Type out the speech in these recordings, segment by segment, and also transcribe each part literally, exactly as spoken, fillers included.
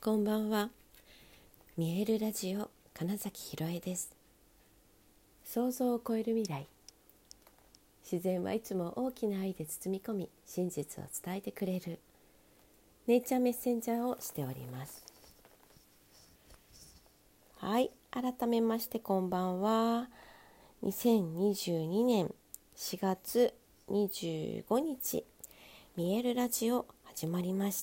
こんばんは。見えるラジオ金崎ひろえです。想像を超える未来。自然はいつも大きな愛で包み込み、真実を伝えてくれるネイチャーメッセンジャーをしております。はい、改めましてこんばんは。にせんにじゅうにねんしがつにじゅうごにち、見えるラジオ始まりました。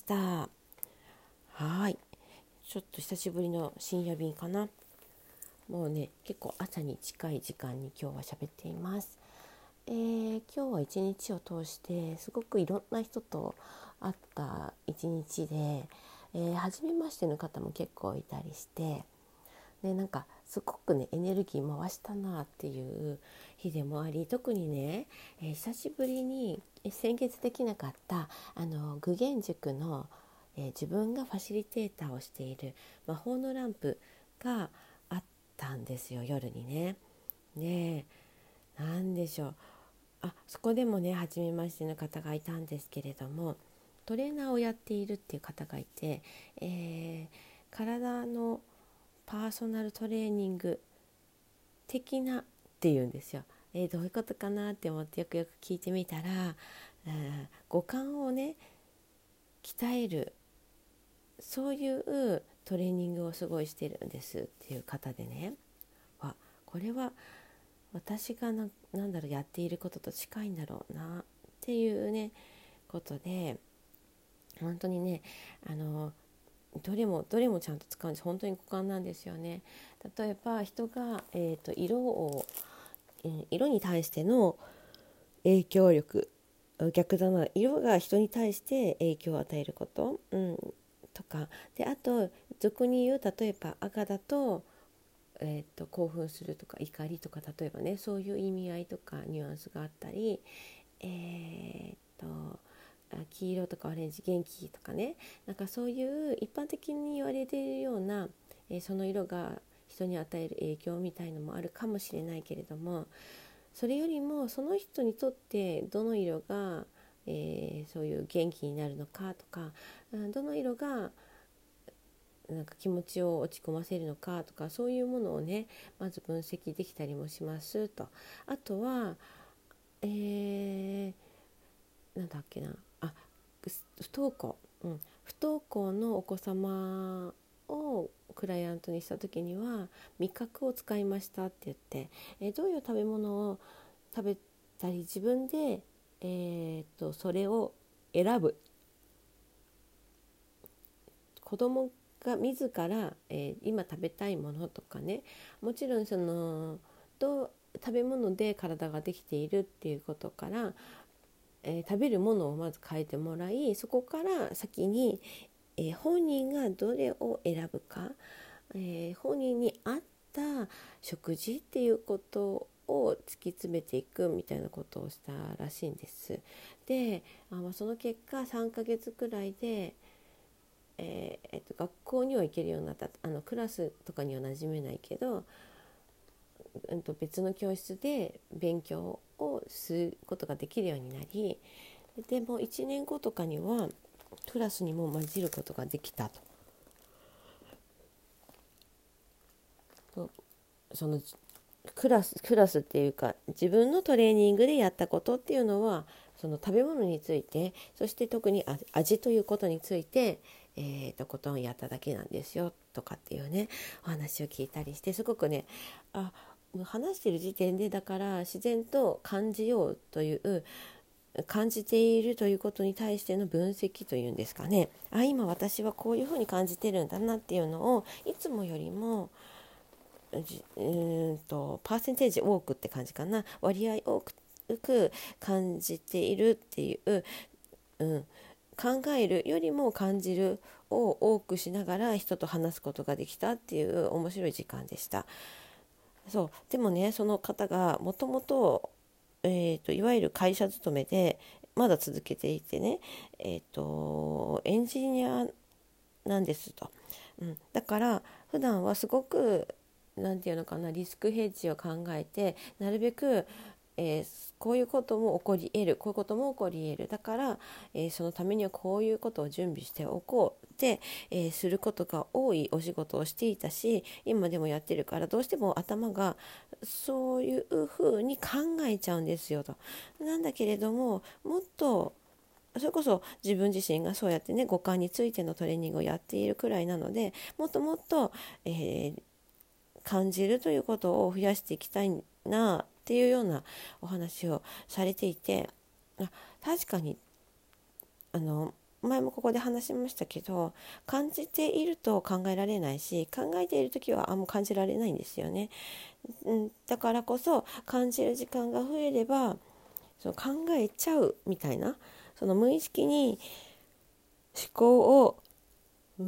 はい、ちょっと久しぶりの深夜便かな。もうね、結構朝に近い時間に今日は喋っています。えー、今日は一日を通してすごくいろんな人と会った一日で、えー、初めましての方も結構いたりして、でなんかすごくねエネルギー回したなっていう日でもあり、特にね、えー、久しぶりに先月できなかったあの具現塾の、えー、自分がファシリテーターをしている魔法のランプがあったんですよ、夜にね。で、なんでしょう、あそこでもね初めましての方がいたんですけれども、トレーナーをやっているっていう方がいて、えー、体のパーソナルトレーニング的なっていうんですよ。えー、どういうことかなって思ってよくよく聞いてみたら、五感をね鍛える、そういうトレーニングをすごいしてるんですっていう方でね、わこれは私がな、なんだろうやっていることと近いんだろうなっていうねことで、本当にねあのどれもどれもちゃんと使うんです。本当に五感なんですよね。例えば人が、えーと、色を、えー色に対しての影響力、逆だな、色が人に対して影響を与えること、うん、とかで、あと俗に言う、例えば赤だとえー、と興奮するとか怒りとか、例えばねそういう意味合いとかニュアンスがあったり、えー、と黄色とかオレンジ元気とかね、なんかそういう一般的に言われているような、えー、その色が人に与える影響みたいのもあるかもしれないけれども、それよりもその人にとってどの色が、えー、そういう元気になるのかとか、どの色がなんか気持ちを落ち込ませるのかとか、そういうものをねまず分析できたりもしますと。あとは、えー、なんだっけなあ不登校、うん、不登校のお子様をクライアントにした時には味覚を使いましたって言って、えー、どういう食べ物を食べたり自分で、えー、とそれを選ぶ、子供が自ら、えー、今食べたいものとかね、もちろんそのと食べ物で体ができているっていうことから、えー、食べるものをまず変えてもらい、そこから先に、えー、本人がどれを選ぶか、えー、本人に合った食事っていうことを突き詰めていくみたいなことをしたらしいんです。で、あ、まあ、その結果さんかげつくらいでえーえっと、学校には行けるようになった。あのクラスとかには馴染めないけど、うん、と別の教室で勉強をすることができるようになり、でもいちねんごとかにはクラスにも混じることができたと。とそのクラスクラスっていうか、自分のトレーニングでやったことっていうのは、その食べ物について、そして特に味ということについて、えー、とことんやっただけなんですよとかっていうねお話を聞いたりして、すごくね、あ話してる時点でだから自然と感じようという、感じているということに対しての分析というんですかね、あ今私はこういうふうに感じてるんだなっていうのをいつもよりもうーんとパーセンテージ多くって感じかな、割合多く感じているっていう、うん、考えるよりも感じるを多くしながら人と話すことができたっていう面白い時間でした。そうでもね、その方がもともといわゆる会社勤めでまだ続けていてね、えーと、エンジニアなんですと、うん、だから普段はすごくなんていうのかな、リスクヘッジを考えて、なるべくえー、こういうことも起こり得るこういうことも起こり得るだから、えー、そのためにはこういうことを準備しておこうって、えー、することが多いお仕事をしていたし、今でもやってるからどうしても頭がそういうふうに考えちゃうんですよと。なんだけれども、もっとそれこそ自分自身がそうやってね五感についてのトレーニングをやっているくらいなので、もっともっと、えー、感じるということを増やしていきたいなっていうようなお話をされていて、あ、確かにあの前もここで話しましたけど、感じていると考えられないし、考えている時はあんま感じられないんですよね。うん、だからこそ感じる時間が増えればその考えちゃうみたいな、その無意識に思考を、うん、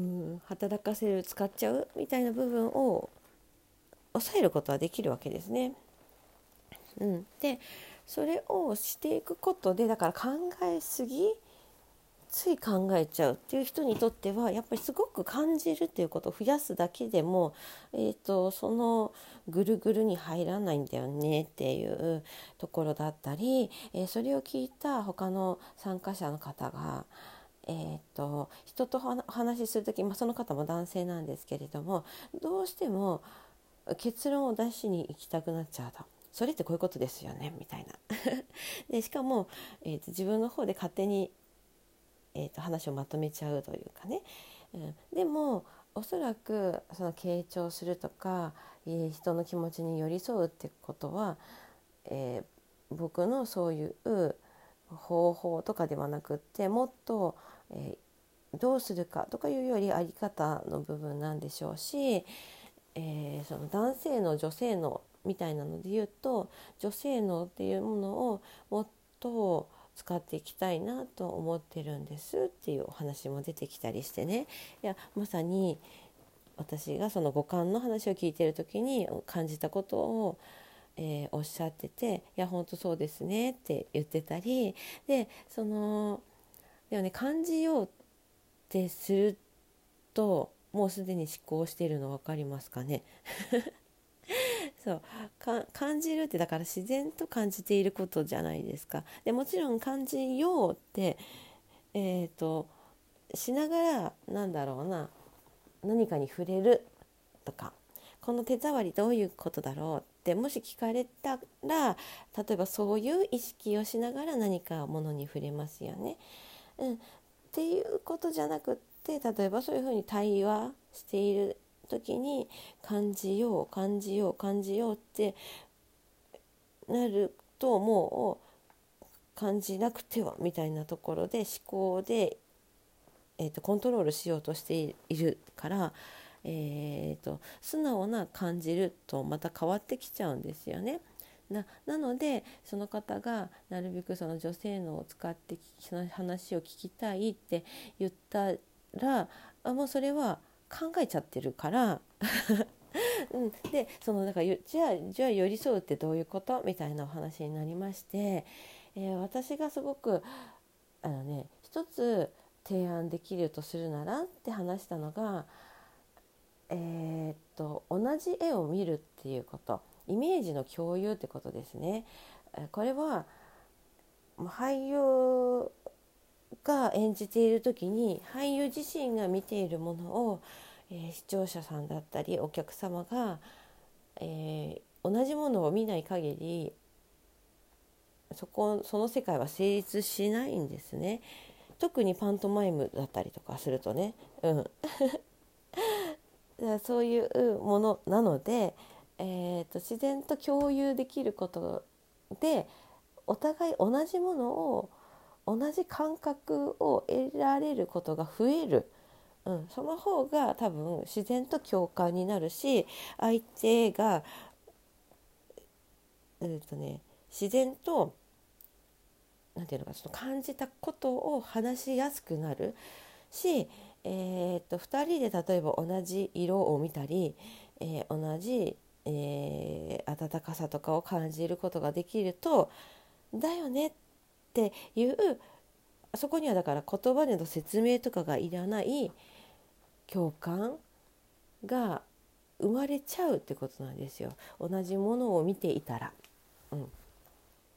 働かせる使っちゃうみたいな部分を抑えることはできるわけですね。うん、でそれをしていくことで、だから考えすぎつい考えちゃうっていう人にとってはやっぱりすごく感じるっていうことを増やすだけでも、えーと、そのぐるぐるに入らないんだよねっていうところだったり、えー、それを聞いた他の参加者の方が、えーと、人とお話しするとき、まあ、その方も男性なんですけれども、どうしても結論を出しに行きたくなっちゃうと。それってこういうことですよねみたいなでしかも、えーと、自分の方で勝手にえーと話をまとめちゃうというかね、うん、でもおそらくその傾聴するとか、えー、人の気持ちに寄り添うってことは、えー、僕のそういう方法とかではなくって、もっと、えー、どうするかとかいうよりあり方の部分なんでしょうし、えー、その男性の女性のみたいなので言うと、女性のっていうものをもっと使っていきたいなと思ってるんですっていうお話も出てきたりしてね。いや、まさに私がその五感の話を聞いてる時に感じたことを、えー、おっしゃってて、いや本当そうですねって言ってたりで、そのでもね、感じようってするともうすでに思考しているの分かりますかねそうか感じるってだから自然と感じていることじゃないですか。でもちろん感じようってえーとしながら、なんだろうな、何かに触れるとか、この手触りどういうことだろうってもし聞かれたら、例えばそういう意識をしながら何かものに触れますよね。うん、っていうことじゃなくって、例えばそういうふうに対話している時に感じよう感じよう感じようってなると、もう感じなくてはみたいなところで思考で、えーと、コントロールしようとしているから、えーと、素直な感じるとまた変わってきちゃうんですよね。な, なのでその方がなるべくその女性脳を使ってその話を聞きたいって言ったら、あもうそれは考えちゃってるからうん、でそのだからじゃあじゃあ寄り添うってどういうことみたいなお話になりまして、えー、私がすごくあのね一つ提案できるとするならって話したのが、えー、っと同じ絵を見るっていうこと、イメージの共有ってことですね。これは俳優が演じている時に俳優自身が見ているものを、えー、視聴者さんだったりお客様が、えー、同じものを見ない限りそこその世界は成立しないんですね。特にパントマイムだったりとかするとね、うん、だからそういうものなので、えーと、自然と共有できることでお互い同じものを同じ感覚を得られることが増える、うん、その方が多分自然と共感になるし、相手が、えーとね、自然となんていうのか、その感じたことを話しやすくなるし、えー、とふたりで例えば同じ色を見たり、えー、同じ、えー、温かさとかを感じることができると、だよねっていう、そこにはだから言葉での説明とかがいらない共感が生まれちゃうってことなんですよ。同じものを見ていたら、うん、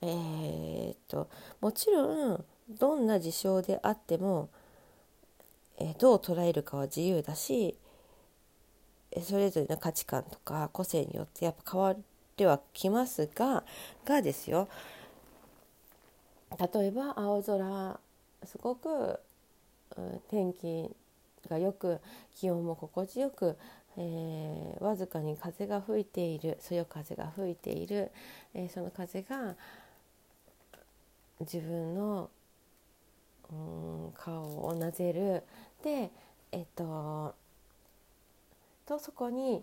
えー、っともちろんどんな事象であっても、えー、どう捉えるかは自由だし、それぞれの価値観とか個性によってやっぱ変わってはきますががですよ、例えば青空すごく、うん、天気がよく気温も心地よく、えー、わずかに風が吹いている、そよ風が吹いている、えー、その風が自分の、うん、顔をなぜる。でえっととそこに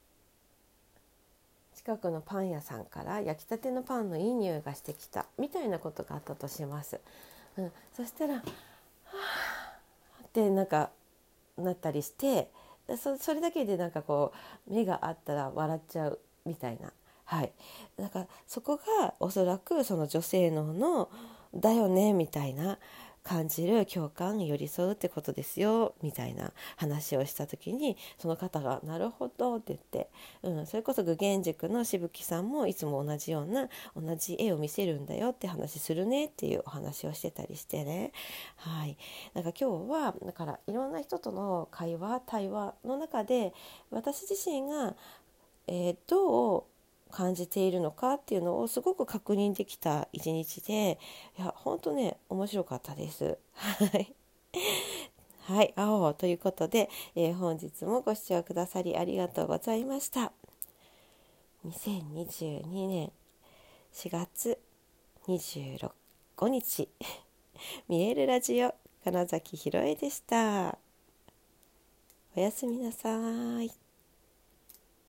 近くのパン屋さんから焼きたてのパンのいい匂いがしてきたみたいなことがあったとします、うん、そしたらはぁってなんかなったりして、 そ, それだけでなんかこう目があったら笑っちゃうみたいな、はい、なんかそこがおそらくその女性脳のだよねみたいな感じる共感寄り添うってことですよみたいな話をした時に、その方がなるほどって言って、うん、それこそ具現塾のしぶきさんもいつも同じような同じ絵を見せるんだよって話するねっていうお話をしてたりしてね、はい、なんか今日はだからいろんな人との会話対話の中で私自身が、えー、どう感じているのかっていうのをすごく確認できた一日で、いや本当ね面白かったです。はいはい、青ということで、えー、本日もご視聴くださりありがとうございました。にせんにじゅうにねんしがつにじゅうごにち見えるラジオ金崎ひろえでした。おやすみなさい。